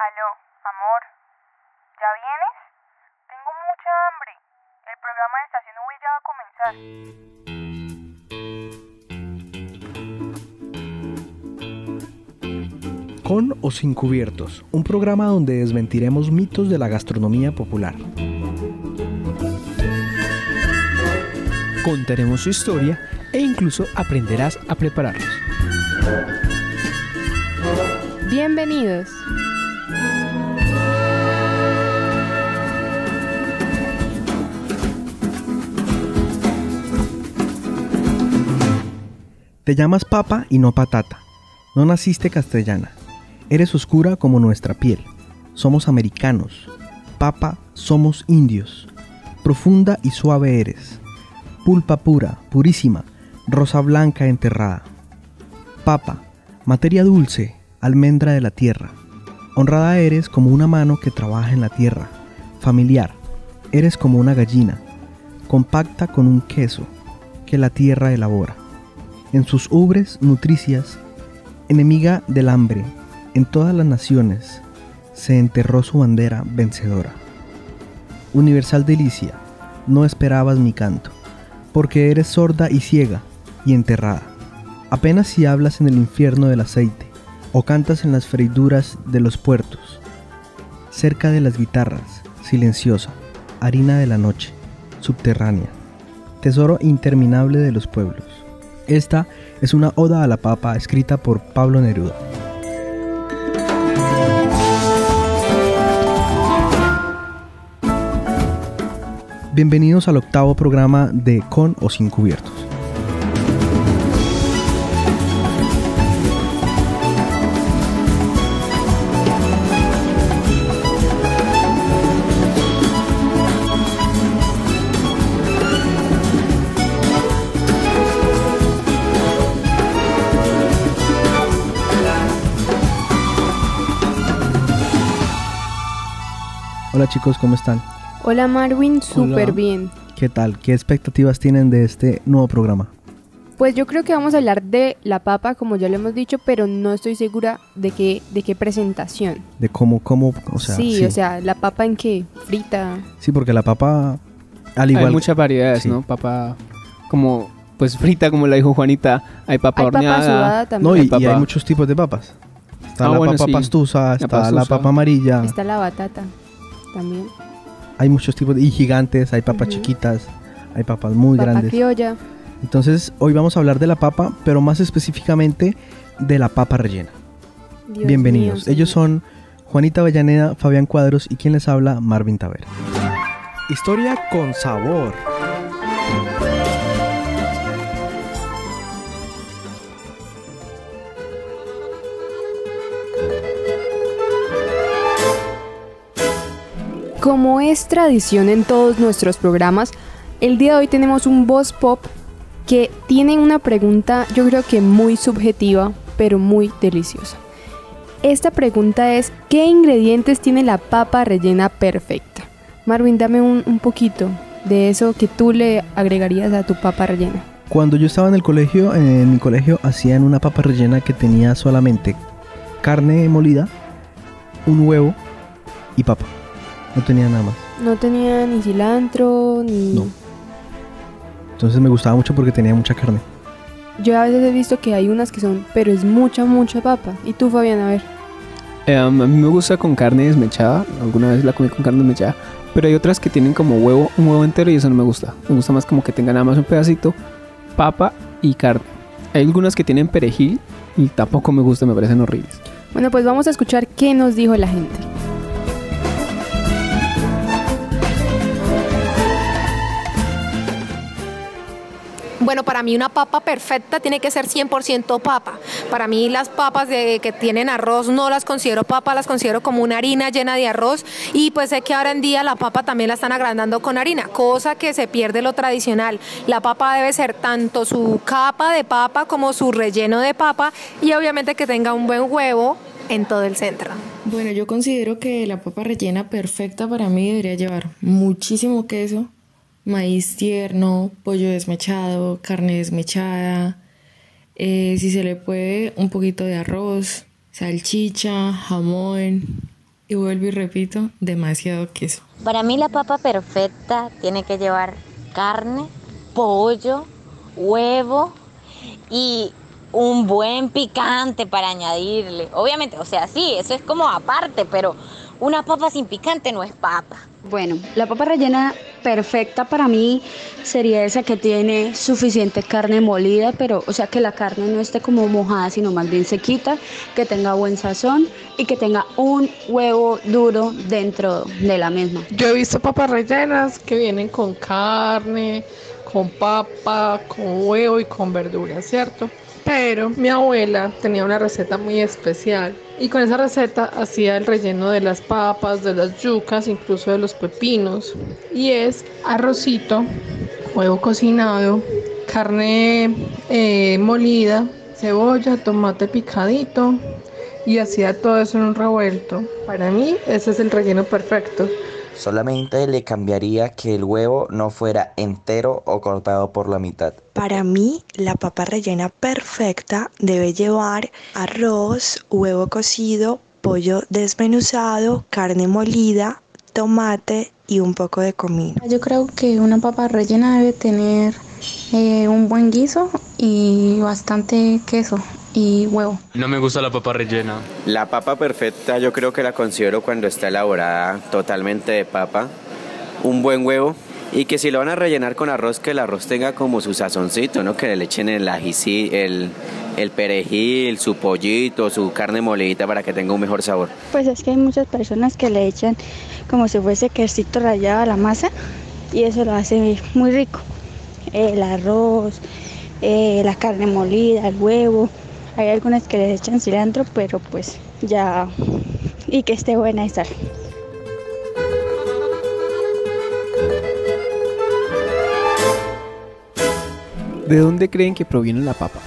Aló, amor, ¿ya vienes? Tengo mucha hambre. El programa de Estación V ya va a comenzar. Con o sin cubiertos, un programa donde desmentiremos mitos de la gastronomía popular. Contaremos su historia e incluso aprenderás a prepararlos. Bienvenidos. Te llamas papa y no patata. No naciste castellana. Eres oscura como nuestra piel. Somos americanos. Papa, somos indios. Profunda y suave eres. Pulpa pura, purísima, rosa blanca enterrada. Papa, materia dulce, almendra de la tierra. Honrada eres como una mano que trabaja en la tierra. Familiar, eres como una gallina, compacta con un queso que la tierra elabora. En sus ubres nutricias, enemiga del hambre, en todas las naciones, se enterró su bandera vencedora. Universal delicia, no esperabas mi canto, porque eres sorda y ciega y enterrada. Apenas si hablas en el infierno del aceite, o cantas en las freiduras de los puertos, cerca de las guitarras, silenciosa, harina de la noche, subterránea, tesoro interminable de los pueblos. Esta es una oda a la papa escrita por Pablo Neruda. Bienvenidos al octavo programa de Con o sin cubiertos. Hola chicos, ¿cómo están? Hola Marwin, súper bien. ¿Qué tal? ¿Qué expectativas tienen de este nuevo programa? Pues yo creo que vamos a hablar de la papa, como ya lo hemos dicho, pero no estoy segura de qué presentación. De cómo, o sea... Sí, o sea, ¿la papa en qué? ¿Frita? Sí, porque la papa, al igual... Hay muchas variedades, sí. ¿No? Papa como, pues frita, como la dijo Juanita. Hay papa horneada. Hay papa sudada también. No, y hay muchos tipos de papas. Está la papa sí. pastusa, está la papa amarilla. Está la batata también. Hay muchos tipos, y gigantes, hay papas chiquitas, hay papas muy grandes. Papa criolla. Entonces, hoy vamos a hablar de la papa, pero más específicamente de la papa rellena. Dios Bienvenidos. mío, Ellos son Juanita Avellaneda, Fabián Cuadros y quien les habla, Marvin Tavera. Historia con sabor. Como es tradición en todos nuestros programas, el día de hoy tenemos un Voz Pop que tiene una pregunta, yo creo que muy subjetiva, pero muy deliciosa. Esta pregunta es: ¿qué ingredientes tiene la papa rellena perfecta? Marvin, dame un poquito de eso que tú le agregarías a tu papa rellena. Cuando yo estaba en mi colegio hacían una papa rellena que tenía solamente carne molida, un huevo y papa. No tenía nada más. No tenía ni cilantro, ni... No. Entonces me gustaba mucho porque tenía mucha carne. Yo a veces he visto que hay unas que son, pero es mucha papa. ¿Y tú, Fabián? A ver. A mí me gusta con carne desmechada. Alguna vez la comí con carne desmechada. Pero hay otras que tienen como un huevo entero, y eso no me gusta. Me gusta más como que tenga nada más un pedacito, papa y carne. Hay algunas que tienen perejil y tampoco me gusta, me parecen horribles. Bueno, pues vamos a escuchar qué nos dijo la gente. Bueno, para mí una papa perfecta tiene que ser 100% papa. Para mí las papas que tienen arroz no las considero papa, las considero como una harina llena de arroz. Y pues sé que ahora en día la papa también la están agrandando con harina, cosa que se pierde lo tradicional. La papa debe ser tanto su capa de papa como su relleno de papa, y obviamente que tenga un buen huevo en todo el centro. Bueno, yo considero que la papa rellena perfecta para mí debería llevar muchísimo queso, maíz tierno, pollo desmechado, carne desmechada, si se le puede un poquito de arroz, salchicha, jamón, y vuelvo y repito, demasiado queso. Para mí la papa perfecta tiene que llevar carne, pollo, huevo y un buen picante para añadirle. Obviamente, o sea, sí, eso es como aparte, pero una papa sin picante no es papa. Bueno, la papa rellena perfecta para mí sería esa que tiene suficiente carne molida, pero o sea que la carne no esté como mojada, sino más bien sequita, que tenga buen sazón y que tenga un huevo duro dentro de la misma. Yo he visto papas rellenas que vienen con carne, con papa, con huevo y con verduras, ¿cierto? Pero mi abuela tenía una receta muy especial y con esa receta hacía el relleno de las papas, de las yucas, incluso de los pepinos. Y es arrocito, huevo cocinado, carne molida, cebolla, tomate picadito y hacía todo eso en un revuelto. Para mí ese es el relleno perfecto. Solamente le cambiaría que el huevo no fuera entero o cortado por la mitad. Para mí, la papa rellena perfecta debe llevar arroz, huevo cocido, pollo desmenuzado, carne molida, tomate y un poco de comino. Yo creo que una papa rellena debe tener un buen guiso y bastante queso y huevo. No me gusta la papa rellena. La papa perfecta yo creo que la considero cuando está elaborada totalmente de papa, un buen huevo y que si lo van a rellenar con arroz, que el arroz tenga como su sazoncito, ¿no? Que le echen el ají, el perejil, su pollito, su carne molidita para que tenga un mejor sabor. Pues es que hay muchas personas que le echan como si fuese quesito rallado a la masa y eso lo hace muy rico. El arroz, la carne molida, el huevo. Hay algunas que les echan cilantro, pero pues ya, y que esté buena y sal. ¿De dónde creen que proviene la papa?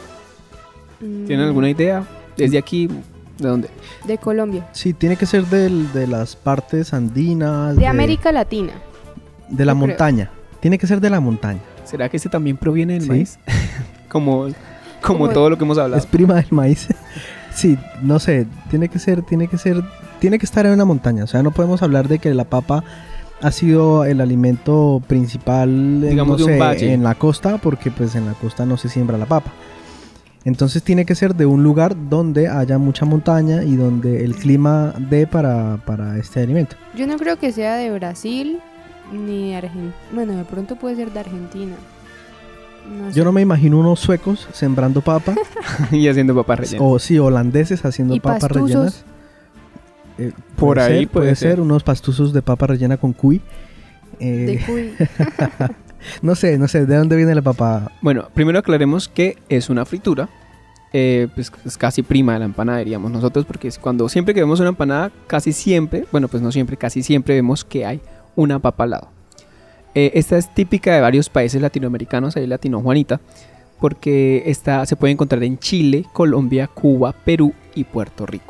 ¿Tienen alguna idea? ¿Desde aquí? ¿De dónde? De Colombia. Sí, tiene que ser de las partes andinas. De América Latina. De la montaña. Tiene que ser de la montaña. ¿Será que ese también proviene del maíz? como todo lo que hemos hablado. Es prima del maíz. Sí, no sé, tiene que estar en una montaña. O sea, no podemos hablar de que la papa ha sido el alimento principal, digamos, no sé, de un valle. En la costa, porque pues en la costa no se siembra la papa. Entonces tiene que ser de un lugar donde haya mucha montaña y donde el clima dé para este alimento. Yo no creo que sea de Brasil ni de Argentina. Bueno, de pronto puede ser de Argentina. No sé. Yo no me imagino unos suecos sembrando papa y haciendo papas rellenas. O sí, holandeses haciendo papas pastuzos rellenas. Por ahí puede ser unos pastuzos de papa rellena con cuy. De cuy. No sé, ¿de dónde viene la papa? Bueno, primero aclaremos que es una fritura. Pues es casi prima de la empanada, diríamos nosotros, porque siempre que vemos una empanada, casi siempre, bueno, pues no siempre, casi siempre vemos que hay una papa al lado. Esta es típica de varios países latinoamericanos, ahí latino Juanita, porque esta se puede encontrar en Chile, Colombia, Cuba, Perú y Puerto Rico.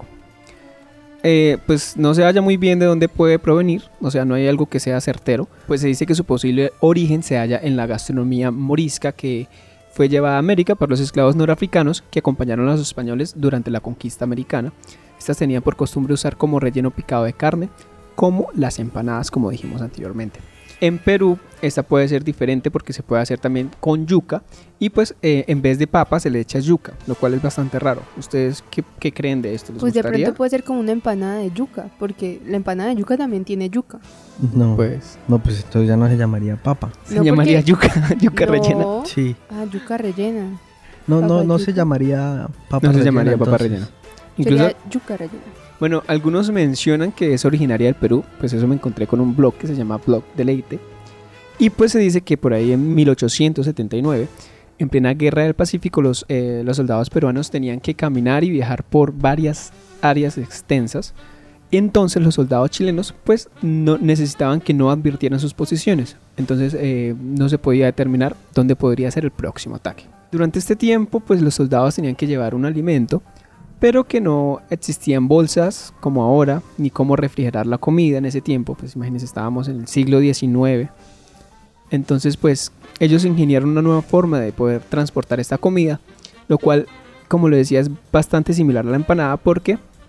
Pues no se halla muy bien de dónde puede provenir, o sea, no hay algo que sea certero, pues se dice que su posible origen se halla en la gastronomía morisca que fue llevada a América por los esclavos norafricanos que acompañaron a los españoles durante la conquista americana. Estas tenían por costumbre usar como relleno picado de carne, como las empanadas, como dijimos anteriormente. En Perú esta puede ser diferente porque se puede hacer también con yuca y pues en vez de papa se le echa yuca, lo cual es bastante raro. ¿Ustedes qué creen de esto? ¿Les pues gustaría? De pronto puede ser como una empanada de yuca, porque la empanada de yuca también tiene yuca. No, pues entonces ya no se llamaría papa. Se llamaría yuca rellena. Sí. Ah, yuca rellena. No se llamaría papa rellena. No se llamaría papa rellena. Incluso sería yuca rellena. Bueno, algunos mencionan que es originaria del Perú, pues eso me encontré con un blog que se llama Blog Deleite. Y pues se dice que por ahí en 1879, en plena guerra del Pacífico, los soldados peruanos tenían que caminar y viajar por varias áreas extensas. Y entonces los soldados chilenos pues no necesitaban que no advirtieran sus posiciones. Entonces no se podía determinar dónde podría ser el próximo ataque. Durante este tiempo pues los soldados tenían que llevar un alimento, pero que no existían bolsas como ahora, ni cómo refrigerar la comida en ese tiempo. Pues imagínense, estábamos en el siglo XIX. Entonces pues ellos ingeniaron una nueva forma de poder transportar esta comida, lo cual, como lo decía, es bastante similar a la empanada porque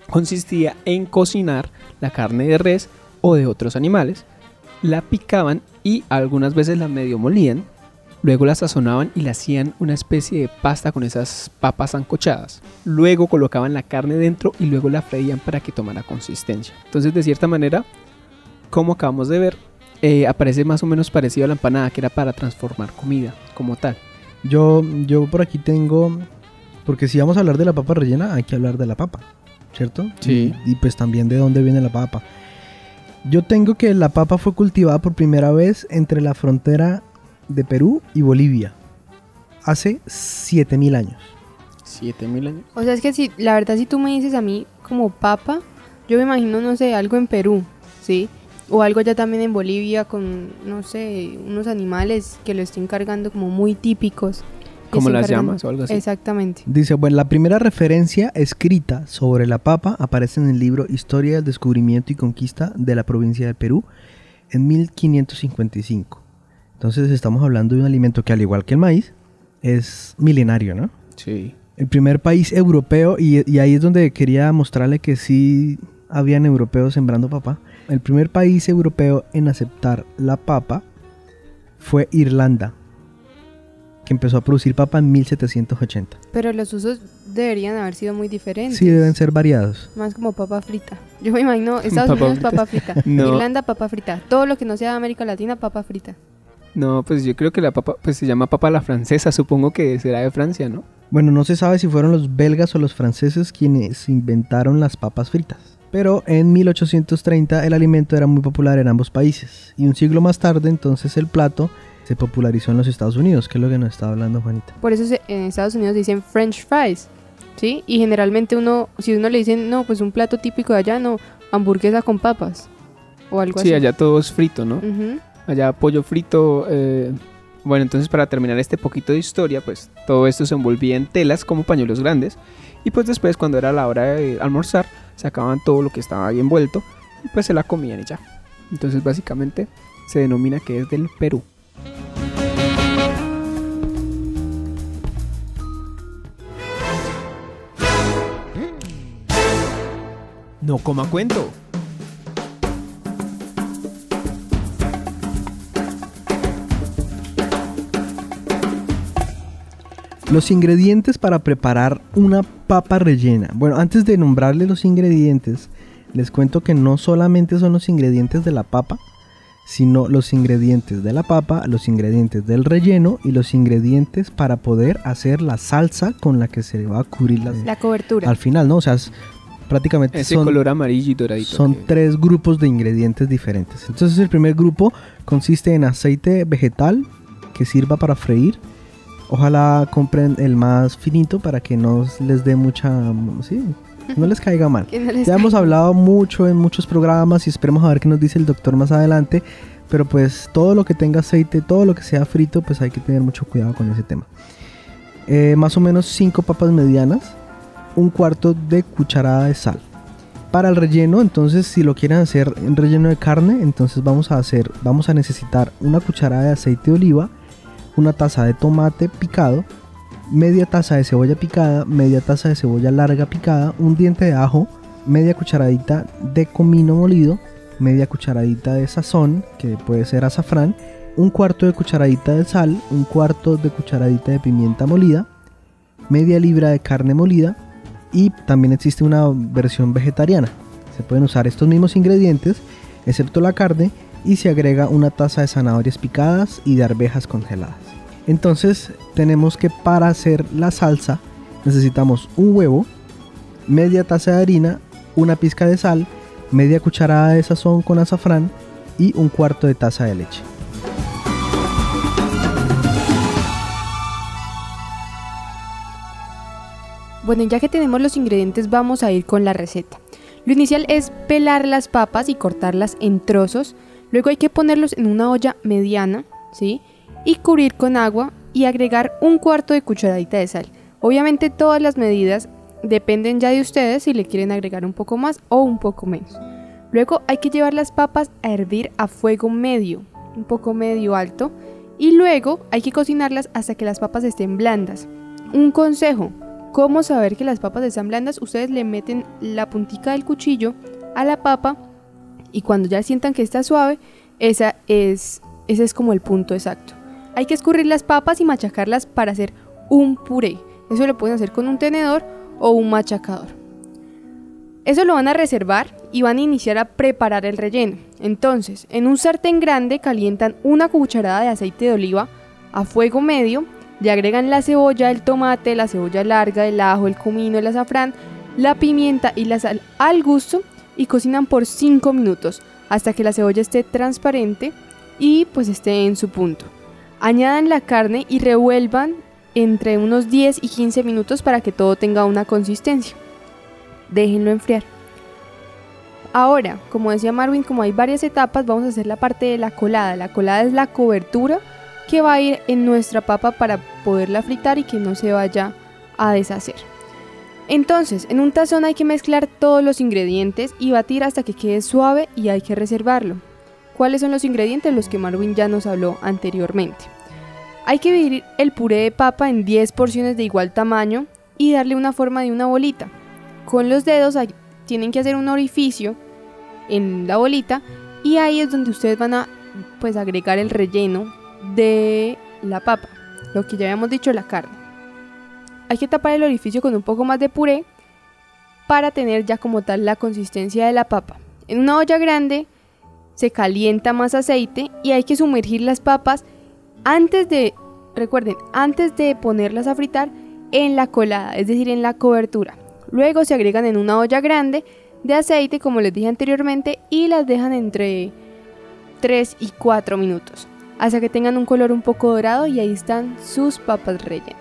consistía en cocinar la carne de res o de otros animales, la picaban y algunas veces la medio molían, luego la sazonaban y la hacían una especie de pasta con esas papas sancochadas. Luego colocaban la carne dentro y luego la freían para que tomara consistencia. Entonces, de cierta manera, como acabamos de ver, aparece más o menos parecido a la empanada, que era para transformar comida como tal. Yo por aquí tengo, porque si vamos a hablar de la papa rellena, hay que hablar de la papa, ¿cierto? Sí. Y pues también de dónde viene la papa. Yo tengo que la papa fue cultivada por primera vez entre la frontera de Perú y Bolivia hace 7.000 años. 7.000 años. O sea, es que si, la verdad, si tú me dices a mí como papa, yo me imagino, no sé, algo en Perú, ¿sí? O algo ya también en Bolivia con, no sé, unos animales que lo estén cargando como muy típicos. Como las llamas o algo así. Exactamente. Dice, bueno, la primera referencia escrita sobre la papa aparece en el libro Historia del Descubrimiento y Conquista de la provincia de Perú en 1555. Entonces estamos hablando de un alimento que, al igual que el maíz, es milenario, ¿no? Sí. El primer país europeo, y ahí es donde quería mostrarle que sí habían europeos sembrando papa. El primer país europeo en aceptar la papa fue Irlanda, que empezó a producir papa en 1780. Pero los usos deberían haber sido muy diferentes. Sí, deben ser variados. Más como papa frita. Yo me imagino Estados Unidos, papa frita. No. Irlanda, papa frita. Todo lo que no sea de América Latina, papa frita. No, pues yo creo que la papa pues se llama papa a la francesa, supongo que será de Francia, ¿no? Bueno, no se sabe si fueron los belgas o los franceses quienes inventaron las papas fritas. Pero en 1830 el alimento era muy popular en ambos países. Y un siglo más tarde, entonces, el plato se popularizó en los Estados Unidos, que es lo que nos estaba hablando Juanita. Por eso en Estados Unidos dicen French fries, ¿sí? Y generalmente si uno le dicen, no, pues un plato típico de allá, no, hamburguesa con papas o algo así. Sí, allá todo es frito, ¿no? Uh-huh. Allá pollo frito. Bueno, entonces para terminar este poquito de historia, pues todo esto se envolvía en telas como pañuelos grandes. Y pues después, cuando era la hora de almorzar, sacaban todo lo que estaba ahí envuelto y pues se la comían y ya. Entonces básicamente se denomina que es del Perú. No coma cuento. Los ingredientes para preparar una papa rellena. Bueno, antes de nombrarle los ingredientes, les cuento que no solamente son los ingredientes de la papa, sino los ingredientes de la papa, los ingredientes del relleno y los ingredientes para poder hacer la salsa con la que se va a cubrir la cobertura. Al final, ¿no? O sea, prácticamente ese color amarillo y doradito. Son tres grupos de ingredientes diferentes. Entonces el primer grupo consiste en aceite vegetal que sirva para freír. Ojalá compren el más finito para que no les dé mucha... Sí, no les caiga mal. Ya hemos hablado mucho en muchos programas y esperemos a ver qué nos dice el doctor más adelante. Pero pues todo lo que tenga aceite, todo lo que sea frito, pues hay que tener mucho cuidado con ese tema. Más o menos 5 papas medianas, 1/4 de cucharada de sal. Para el relleno, entonces, si lo quieren hacer en relleno de carne, entonces vamos a necesitar 1 cucharada de aceite de oliva, 1 taza de tomate picado, media taza de cebolla picada, media taza de cebolla larga picada, 1 diente de ajo, media cucharadita de comino molido, media cucharadita de sazón, que puede ser azafrán, 1/4 de cucharadita de sal, 1/4 de cucharadita de pimienta molida, media libra de carne molida, y también existe una versión vegetariana. Se pueden usar estos mismos ingredientes, excepto la carne, y se agrega 1 taza de zanahorias picadas y de arvejas congeladas. Entonces tenemos que, para hacer la salsa, necesitamos 1 huevo, media taza de harina, 1 pizca de sal, media cucharada de sazón con azafrán y 1/4 de taza de leche. Bueno, ya que tenemos los ingredientes, vamos a ir con la receta. Lo inicial es pelar las papas y cortarlas en trozos. Luego hay que ponerlos en una olla mediana, ¿sí? Y cubrir con agua y agregar 1/4 de cucharadita de sal. Obviamente todas las medidas dependen ya de ustedes si le quieren agregar un poco más o un poco menos. Luego hay que llevar las papas a hervir a fuego medio, un poco medio alto. Y luego hay que cocinarlas hasta que las papas estén blandas. Un consejo: ¿Cómo saber que las papas están blandas? Ustedes le meten la puntica del cuchillo a la papa y cuando ya sientan que está suave, ese es como el punto exacto. Hay que escurrir las papas y machacarlas para hacer un puré. Eso lo pueden hacer con un tenedor o un machacador. Eso lo van a reservar y van a iniciar a preparar el relleno. Entonces, en un sartén grande calientan una cucharada de aceite de oliva a fuego medio, le agregan la cebolla, el tomate, la cebolla larga, el ajo, el comino, el azafrán, la pimienta y la sal al gusto y cocinan por 5 minutos hasta que la cebolla esté transparente y pues esté en su punto. Añadan la carne y revuelvan entre unos 10 y 15 minutos para que todo tenga una consistencia. Déjenlo enfriar. Ahora, como decía Marvin, como hay varias etapas, vamos a hacer la parte de la colada. La colada es la cobertura que va a ir en nuestra papa para poderla fritar y que no se vaya a deshacer. Entonces, en un tazón hay que mezclar todos los ingredientes y batir hasta que quede suave y hay que reservarlo. ¿Cuáles son los ingredientes? Los que Marvin ya nos habló anteriormente. Hay que dividir el puré de papa en 10 porciones de igual tamaño y darle una forma de una bolita. Con los dedos tienen que hacer un orificio en la bolita y ahí es donde ustedes van a pues agregar el relleno de la papa, lo que ya habíamos dicho, la carne. Hay que tapar el orificio con un poco más de puré para tener ya como tal la consistencia de la papa. En una olla grande se calienta más aceite y hay que sumergir las papas antes de ponerlas a fritar en la colada, es decir, en la cobertura. Luego se agregan en una olla grande de aceite, como les dije anteriormente, y las dejan entre 3 y 4 minutos, hasta que tengan un color un poco dorado y ahí están sus papas rellenas.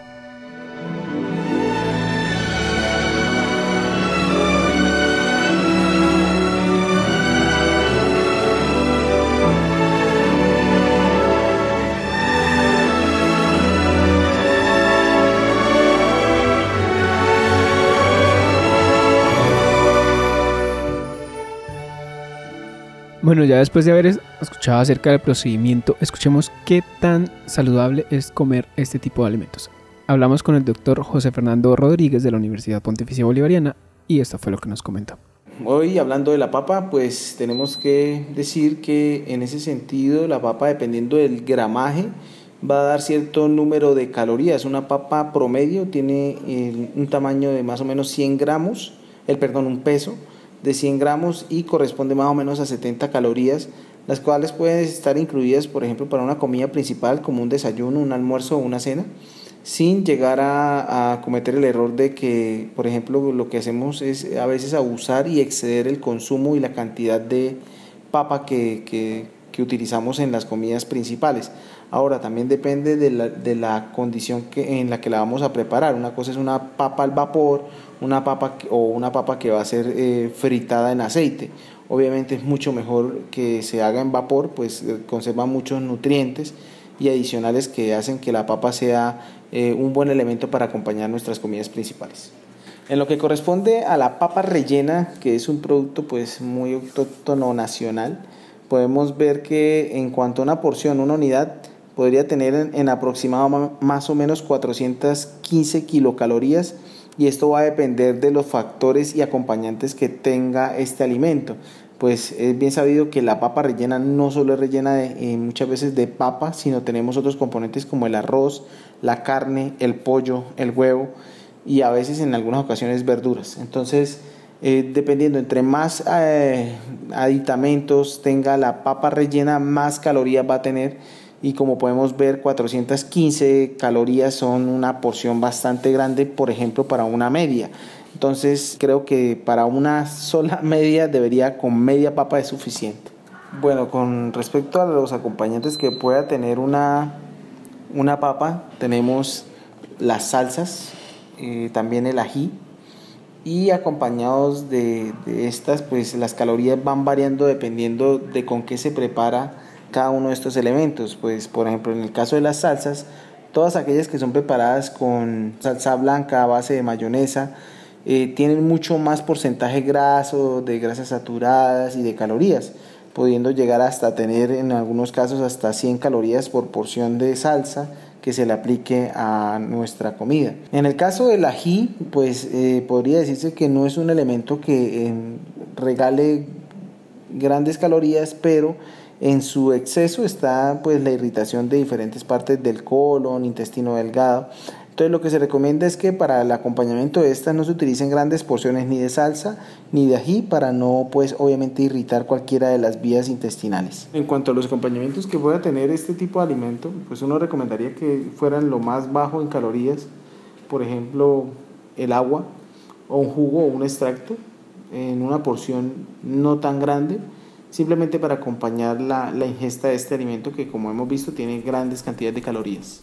Bueno, ya después de haber escuchado acerca del procedimiento, escuchemos qué tan saludable es comer este tipo de alimentos. Hablamos con el doctor José Fernando Rodríguez de la Universidad Pontificia Bolivariana y esto fue lo que nos comentó. Hoy, hablando de la papa, pues tenemos que decir que en ese sentido la papa, dependiendo del gramaje, va a dar cierto número de calorías. Una papa promedio tiene un tamaño de más o menos 100 gramos, un peso de 100 gramos y corresponde más o menos a 70 calorías, las cuales pueden estar incluidas, por ejemplo, para una comida principal como un desayuno, un almuerzo o una cena, sin llegar a cometer el error de que, por ejemplo, lo que hacemos es a veces abusar y exceder el consumo y la cantidad de papa que utilizamos en las comidas principales. Ahora, también depende de la condición en la que la vamos a preparar. Una cosa es una papa al vapor, una papa que va a ser fritada en aceite. Obviamente es mucho mejor que se haga en vapor, pues conserva muchos nutrientes y adicionales que hacen que la papa sea un buen elemento para acompañar nuestras comidas principales. En lo que corresponde a la papa rellena, que es un producto pues muy autóctono nacional, podemos ver que en cuanto a una porción, una unidad, podría tener en aproximado más o menos 415 kilocalorías, y esto va a depender de los factores y acompañantes que tenga este alimento. Pues es bien sabido que la papa rellena no solo es rellena muchas veces de papa, sino tenemos otros componentes como el arroz, la carne, el pollo, el huevo y a veces en algunas ocasiones verduras. Entonces, dependiendo, entre más aditamentos tenga la papa rellena, más calorías va a tener. Y como podemos ver, 415 calorías son una porción bastante grande, por ejemplo, para una media. Entonces, creo que para una sola media con media papa es suficiente. Bueno, con respecto a los acompañantes que pueda tener una papa, tenemos las salsas, también el ají, y acompañados de estas, pues las calorías van variando dependiendo de con qué se prepara cada uno de estos elementos. Pues por ejemplo, en el caso de las salsas, todas aquellas que son preparadas con salsa blanca a base de mayonesa tienen mucho más porcentaje graso, de grasas saturadas y de calorías, pudiendo llegar hasta tener en algunos casos hasta 100 calorías por porción de salsa, que se le aplique a nuestra comida. En el caso del ají, pues podría decirse que no es un elemento que regale grandes calorías, pero en su exceso está pues la irritación de diferentes partes del colon, intestino delgado. Entonces lo que se recomienda es que para el acompañamiento de estas no se utilicen grandes porciones ni de salsa ni de ají para no pues obviamente irritar cualquiera de las vías intestinales. En cuanto a los acompañamientos que pueda tener este tipo de alimento, pues uno recomendaría que fueran lo más bajo en calorías, por ejemplo el agua o un jugo o un extracto en una porción no tan grande, simplemente para acompañar la ingesta de este alimento que, como hemos visto, tiene grandes cantidades de calorías.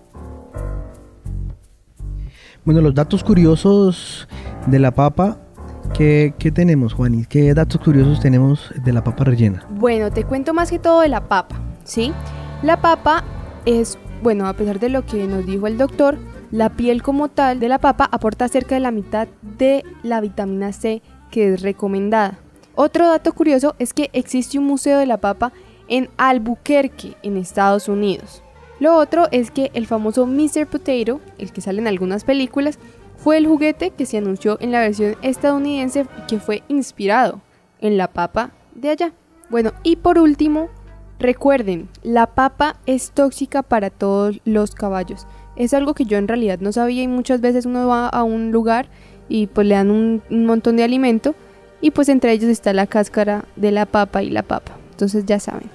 Bueno, los datos curiosos de la papa, ¿qué tenemos, Juanis? ¿Qué datos curiosos tenemos de la papa rellena? Bueno, te cuento más que todo de la papa, ¿sí? La papa es, bueno, a pesar de lo que nos dijo el doctor, la piel como tal de la papa aporta cerca de la mitad de la vitamina C que es recomendada. Otro dato curioso es que existe un museo de la papa en Albuquerque, en Estados Unidos. Lo otro es que el famoso Mr. Potato, el que sale en algunas películas, fue el juguete que se anunció en la versión estadounidense que fue inspirado en la papa de allá. Bueno, y por último, recuerden, la papa es tóxica para todos los caballos. Es algo que yo en realidad no sabía y muchas veces uno va a un lugar y pues le dan un montón de alimento y pues entre ellos está la cáscara de la papa y la papa. Entonces ya saben.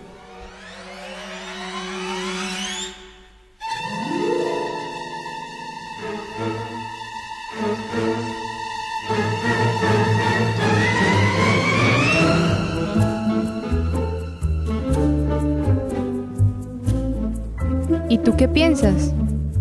¿Y tú qué piensas?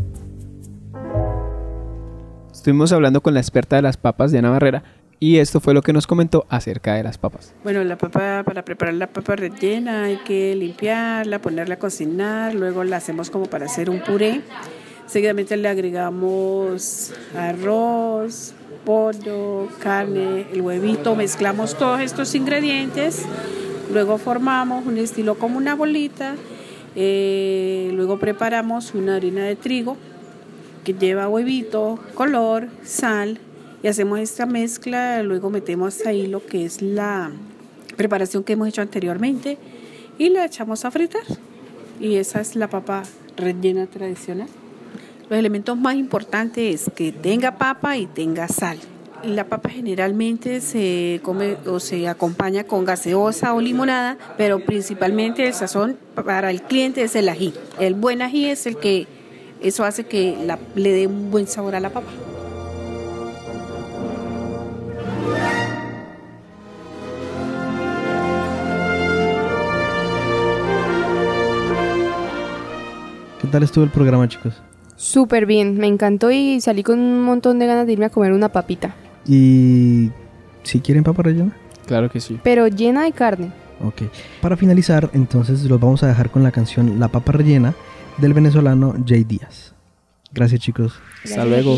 Estuvimos hablando con la experta de las papas, Diana Barrera, y esto fue lo que nos comentó acerca de las papas. Bueno, la papa, para preparar la papa rellena hay que limpiarla, ponerla a cocinar, luego la hacemos como para hacer un puré. Seguidamente le agregamos arroz, pollo, carne, el huevito, mezclamos todos estos ingredientes, luego formamos un estilo como una bolita, luego preparamos una harina de trigo que lleva huevito, color, sal y hacemos esta mezcla, luego metemos ahí lo que es la preparación que hemos hecho anteriormente y la echamos a fritar y esa es la papa rellena tradicional. Los elementos más importantes es que tenga papa y tenga sal. La papa generalmente se come o se acompaña con gaseosa o limonada, pero principalmente el sazón para el cliente es el ají. El buen ají es el que eso hace que le dé un buen sabor a la papa. ¿Qué tal estuvo el programa, chicos? Súper bien, me encantó y salí con un montón de ganas de irme a comer una papita. ¿Y si quieren papa rellena? Claro que sí. Pero llena de carne. Ok. Para finalizar, entonces los vamos a dejar con la canción La Papa Rellena del venezolano Jay Díaz. Gracias, chicos. Hasta luego.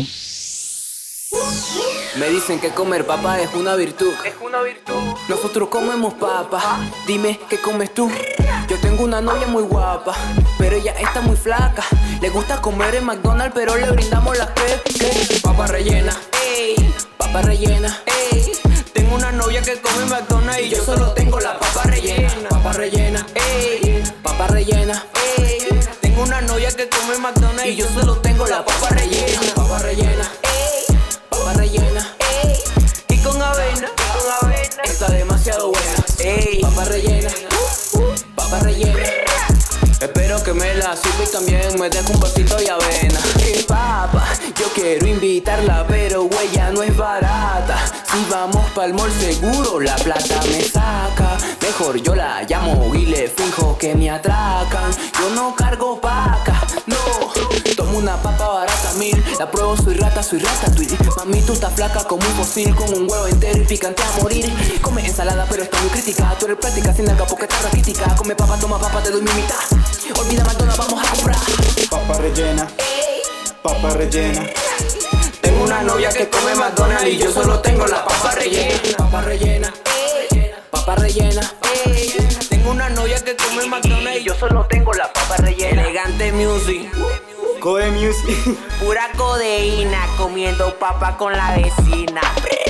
Me dicen que comer papa es una virtud. Nosotros comemos papa. Dime, ¿qué comes tú? Yo tengo una novia muy guapa, pero ella está muy flaca. Le gusta comer en McDonald's, pero le brindamos las que papa rellena, ey, papa rellena, ey. Tengo una novia que come en McDonald's y yo solo tengo la papa rellena, ey, papa rellena, ey. Tengo una novia que come en McDonald's y yo solo tengo la papa rellena, ey, papa rellena, ey. Y con avena, está demasiado buena, ey, papa rellena, papa rellena. Espero que me la sirva y también me deje un vasito de avena. Papa, yo quiero invitarla, pero ella no es barata. Si vamos pa'l mall seguro la plata me saca. Mejor yo la llamo y le fijo que me atracan. Yo no cargo paca, no. Tomo una papa barata 1000, la pruebo, soy rata, tweet. Mami, tú estás flaca como un fósil, con un huevo entero y picante a morir. Come ensalada pero está muy crítica, tú eres práctica sin nada porque estás raquítica. Come papa, toma papa, te doy mi mitad. Olvida McDonald's, vamos a comprar papa rellena, papa rellena. Tengo una novia que come McDonald's y yo solo tengo la papa rellena, papa rellena, papa rellena. Tengo una novia que come McDonald's y yo solo tengo la papa rellena. Elegante Music, Code Music. Pura codeína, comiendo papa con la vecina.